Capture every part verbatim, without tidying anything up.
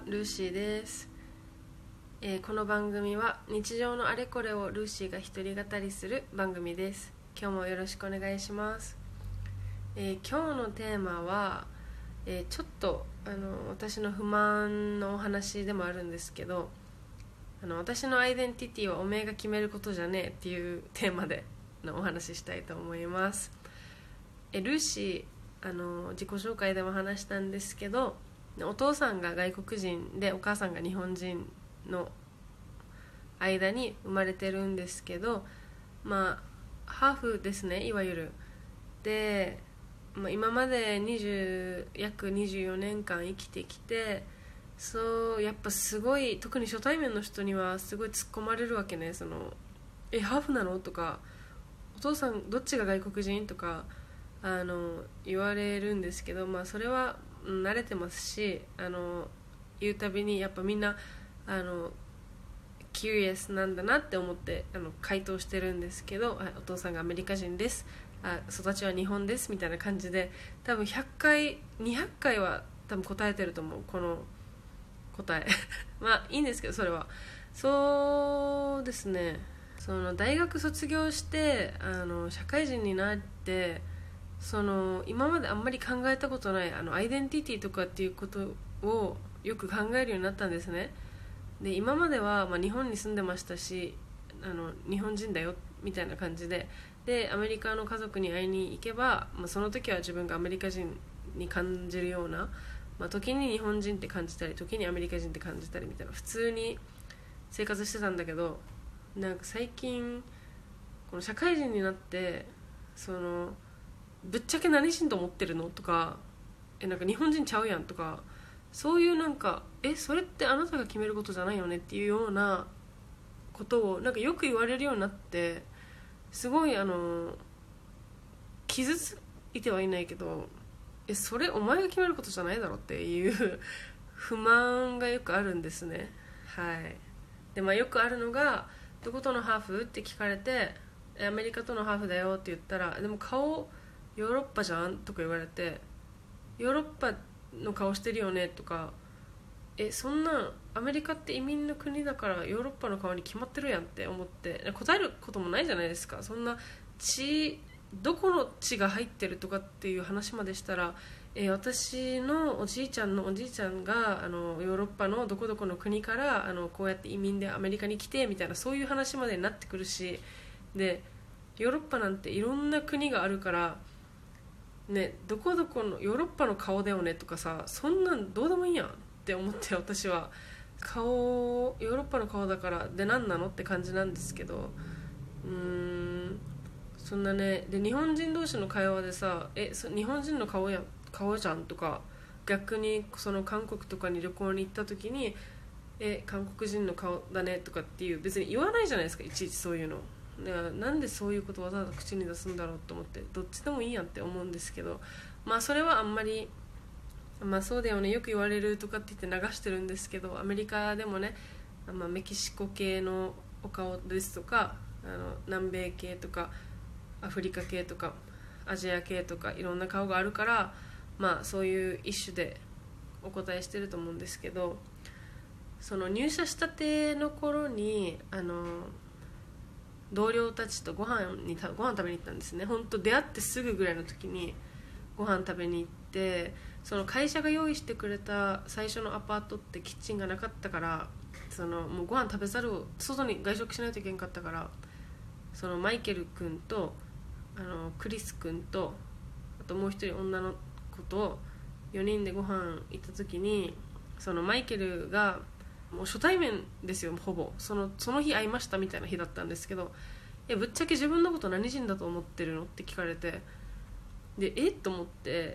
ルーシーです、えー、この番組は日常のあれこれをルーシーが一人語りする番組です。今日もよろしくお願いします。えー、今日のテーマは、えー、ちょっとあの私の不満のお話でもあるんですけど、あの私のアイデンティティはおめえが決めることじゃねえっていうテーマでのお話ししたいと思います。えー、ルーシーあの自己紹介でも話したんですけど、お父さんが外国人でお母さんが日本人の間に生まれてるんですけど、まあハーフですね、いわゆる。で、まあ、今までにじゅう約にじゅうよねんかん生きてきて、そうやっぱすごい、特に初対面の人にはすごい突っ込まれるわけね。そのえハーフなのとか、お父さんどっちが外国人とかあの言われるんですけど、まあそれは慣れてますし、あの言うたびにやっぱみんなあのキュリアスなんだなって思ってあの回答してるんですけど、お父さんがアメリカ人です、あ育ちは日本ですみたいな感じで、多分ひゃっかいにひゃっかいは多分答えてると思う、この答えまあいいんですけど、それはそうですね。その大学卒業してあの社会人になって、その今まであんまり考えたことないあのアイデンティティとかっていうことをよく考えるようになったんですね。で今までは、まあ、日本に住んでましたし、あの日本人だよみたいな感じで、でアメリカの家族に会いに行けば、まあ、その時は自分がアメリカ人に感じるような、まあ、時に日本人って感じたり時にアメリカ人って感じたりみたいな、普通に生活してたんだけど、なんか最近この社会人になって、そのぶっちゃけ何人と思ってるのとか、えなんか日本人ちゃうやんとか、そういうなんかえそれってあなたが決めることじゃないよねっていうようなことをなんかよく言われるようになって、すごいあの傷ついてはいないけど、えそれお前が決めることじゃないだろっていう不満がよくあるんですね。はい。でまあよくあるのが、どことのハーフって聞かれて、アメリカとのハーフだよって言ったら、でも顔ヨーロッパじゃんとか言われて、ヨーロッパの顔してるよねとか、えそんなアメリカって移民の国だからヨーロッパの顔に決まってるやんって思って、答えることもないじゃないですか。そんな血どこの血が入ってるとかっていう話までしたら、え私のおじいちゃんのおじいちゃんがあのヨーロッパのどこどこの国からあのこうやって移民でアメリカに来てみたいな、そういう話までになってくるし、でヨーロッパなんていろんな国があるからね、どこどこのヨーロッパの顔だよねとかさ、そんなんどうでもいいやんって思って、私は顔ヨーロッパの顔だからで何なのって感じなんですけど、うーんそんなね。で日本人同士の会話でさ、えそ日本人の顔や顔じゃんとか、逆にその韓国とかに旅行に行った時にえ韓国人の顔だねとかっていう、別に言わないじゃないですか、いちいちそういうの。なんでそういうことわざわざ口に出すんだろうと思って、どっちでもいいやんって思うんですけど、まあそれはあんまり、まあそうだよねよく言われるとかって言って流してるんですけど、アメリカでもね、まあ、メキシコ系のお顔ですとか、あの南米系とかアフリカ系とかアジア系とかいろんな顔があるから、まあそういう一種でお答えしてると思うんですけど、その入社したての頃にあの同僚たちとご飯にご飯食べに行ったんですね。本当出会ってすぐぐらいの時にご飯食べに行って、その会社が用意してくれた最初のアパートってキッチンがなかったから、そのもうご飯食べざるを外に外食しないといけなかったから、そのマイケル君とあのクリス君とあともう一人女の子とよにんでご飯行った時に、そのマイケルがもう初対面ですよ、ほぼそのその日会いましたみたいな日だったんですけど、えぶっちゃけ自分のこと何人だと思ってるのって聞かれて、でえっと思って、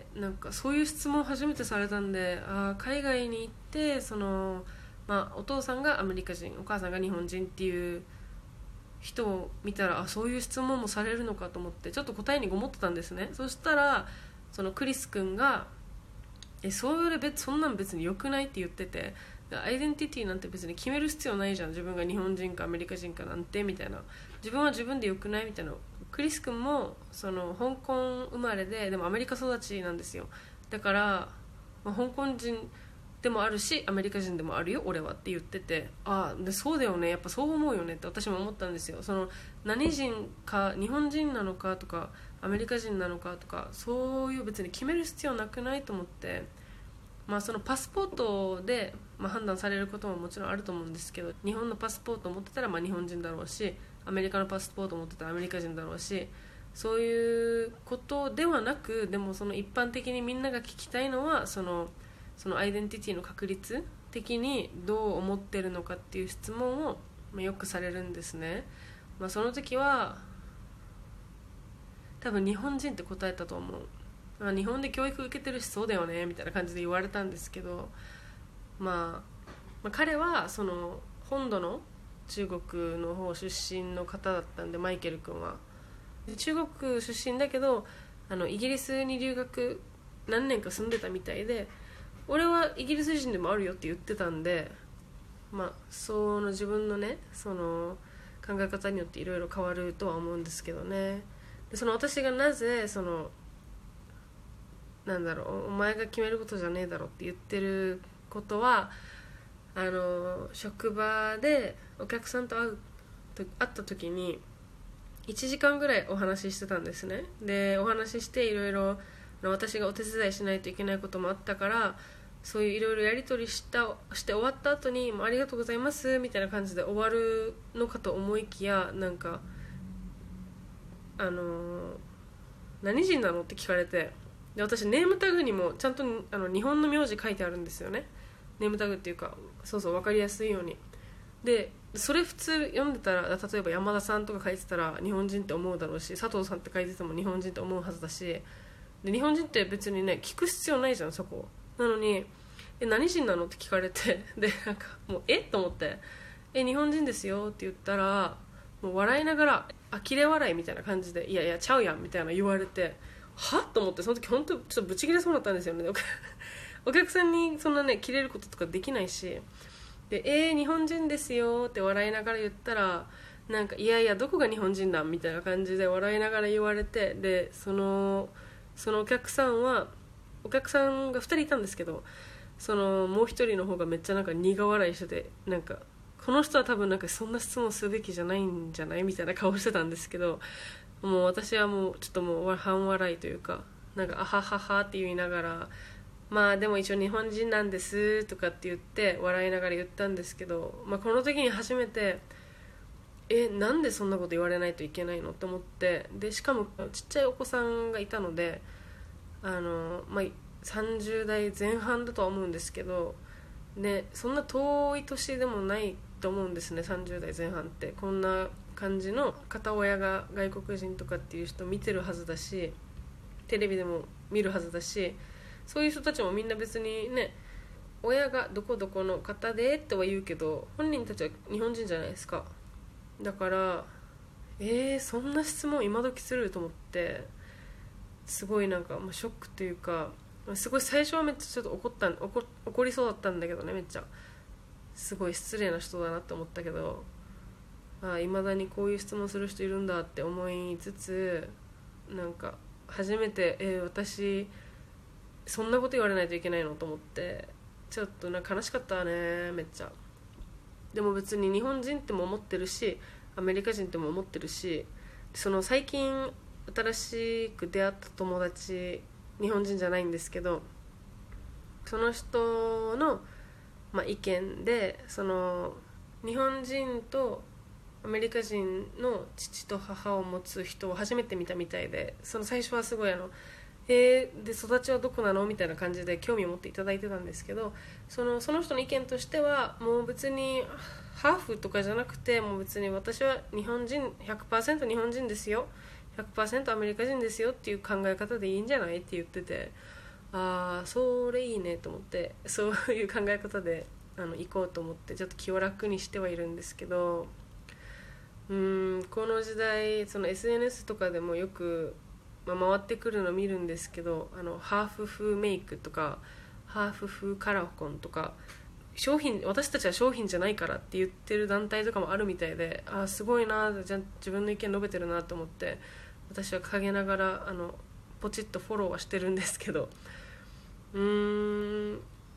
なんかそういう質問を初めてされたんで、あ海外に行ってその、まあ、お父さんがアメリカ人お母さんが日本人っていう人を見たら、あそういう質問もされるのかと思って、ちょっと答えにごもってたんですね。そしたらそのクリス君がえそれ別そんなん別に良くないって言ってて、アイデンティティなんて別に決める必要ないじゃん、自分が日本人かアメリカ人かなんてみたいな、自分は自分で良くないみたいな。クリス君もその香港生まれででもアメリカ育ちなんですよ。だから、まあ、香港人でもあるしアメリカ人でもあるよ俺はって言ってて、ああでそうだよね、やっぱそう思うよねって私も思ったんですよ。その何人か日本人なのかとかアメリカ人なのかとかそういう別に決める必要なくないと思って、まあそのパスポートで、まあ、判断されることももちろんあると思うんですけど、日本のパスポートを持ってたらまあ日本人だろうし、アメリカのパスポートを持ってたらアメリカ人だろうし、そういうことではなく、でもその一般的にみんなが聞きたいのはそのそのアイデンティティの確率的にどう思ってるのかっていう質問を、まあ、よくされるんですね。まあ、その時は多分日本人って答えたと思う。まあ、日本で教育受けてるしそうだよねみたいな感じで言われたんですけど、まあ、まあ彼はその本土の中国の方出身の方だったんで、マイケル君は中国出身だけどあのイギリスに留学何年か住んでたみたいで、俺はイギリス人でもあるよって言ってたんで、まあその自分のねその考え方によっていろいろ変わるとは思うんですけどね。でその私がなぜそのなんだろう、お前が決めることじゃねえだろって言ってることは、あの職場でお客さんと会うと会った時にいちじかんぐらいお話ししてたんですね。でお話ししていろいろ私がお手伝いしないといけないこともあったから、そういういろいろやり取りしたして終わった後にもうありがとうございますみたいな感じで終わるのかと思いきや、なんかあのー、何人なのって聞かれて、で私ネームタグにもちゃんとあの日本の名字書いてあるんですよね。ネームタグっていうか、そうそう分かりやすいように。でそれ普通読んでたら、例えば山田さんとか書いてたら日本人って思うだろうし、佐藤さんって書いてても日本人って思うはずだし、で日本人って別にね聞く必要ないじゃんそこなのに、え何人なのって聞かれて、でなんかもうえっと思って、え日本人ですよって言ったらもう笑いながら呆れ笑いみたいな感じで、いやいやちゃうやんみたいな言われて、はっと思って、その時本当ちょっとブチ切れそうになったんですよね。お客さんにそんなね切れることとかできないし、でえー、日本人ですよって笑いながら言ったら、なんかいやいやどこが日本人だみたいな感じで笑いながら言われて、でそのそのお客さんはお客さんがふたりいたんですけど、そのもうひとりの方がめっちゃなんか苦笑いしてて、なんかこの人は多分なんかそんな質問するべきじゃないんじゃないみたいな顔してたんですけど、もう私はもうちょっともう半笑いというか、なんかあはははって言いながら、まあでも一応日本人なんですとかって言って笑いながら言ったんですけど、まあ、この時に初めてえなんでそんなこと言われないといけないのって思って、でしかもちっちゃいお子さんがいたので、あの、まあ、さんじゅう代前半だとは思うんですけど、ね、そんな遠い年でもないと思うんですね。さんじゅう代前半ってこんな感じの片親が外国人とかっていう人見てるはずだし、テレビでも見るはずだし、そういう人たちもみんな別にね、親がどこどこの方でっては言うけど本人たちは日本人じゃないですか。だからえー、そんな質問今時すると思って、すごいなんか、まあ、ショックというか、すごい最初はめっちゃちょっと怒った怒怒りそうだったんだけどね、めっちゃすごい失礼な人だなって思ったけど、あいまだにこういう質問する人いるんだって思いつつ、なんか初めてえー、私そんなこと言われないといけないのと思って、ちょっとなんか悲しかったねめっちゃ。でも別に日本人っても思ってるしアメリカ人っても思ってるし、その最近新しく出会った友達日本人じゃないんですけど、その人の、まあ、意見で、その日本人とアメリカ人の父と母を持つ人を初めて見たみたいで、その最初はすごいあのえー、で育ちはどこなのみたいな感じで興味を持っていただいてたんですけど、そのその人の意見としてはもう別にハーフとかじゃなくて、もう別に私は日本人 ひゃくパーセント 日本人ですよ ひゃくパーセント アメリカ人ですよっていう考え方でいいんじゃないって言ってて、ああそれいいねと思って、そういう考え方であの行こうと思ってちょっと気を楽にしてはいるんですけど、うーんこの時代その エスエヌエス とかでもよくまあ、回ってくるの見るんですけど、あのハーフ風メイクとかハーフ風カラコンとか、商品私たちは商品じゃないからって言ってる団体とかもあるみたいで、あすごいな、じゃ自分の意見述べてるなと思って、私は陰ながらあのポチッとフォローはしてるんですけど、うーん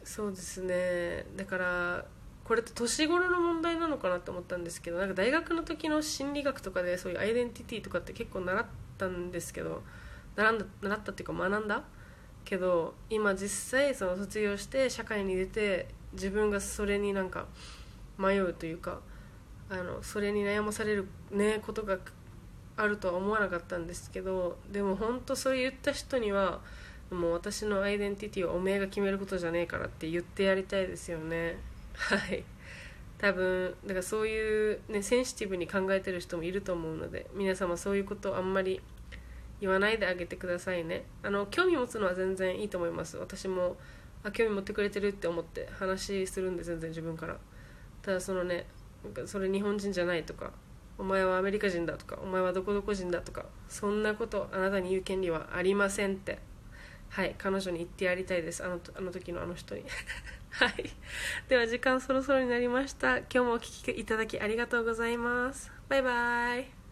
そうですね。だからこれって年頃の問題なのかなと思ったんですけど、なんか大学の時の心理学とかでそういうアイデンティティとかって結構習ったんですけど、習んだ習ったっていうか学んだけど、今実際その卒業して社会に出て自分がそれになんか迷うというか、あのそれに悩まされる、ね、ことがあるとは思わなかったんですけど、でも本当そう言った人にはもう私のアイデンティティはおめえが決めることじゃねえからって言ってやりたいですよね。はい。多分だからそういう、ね、センシティブに考えてる人もいると思うので、皆様そういうことをあんまり言わないであげてくださいね。あの興味持つのは全然いいと思います。私もあ興味持ってくれてるって思って話するんで、全然自分から。ただそのね、それ日本人じゃないとか、お前はアメリカ人だとか、お前はどこどこ人だとか、そんなことあなたに言う権利はありませんって、はい、彼女に言ってやりたいです。あのあの時のあの人にはい。では時間そろそろになりました。今日もお聞きいただきありがとうございます。バイバイ。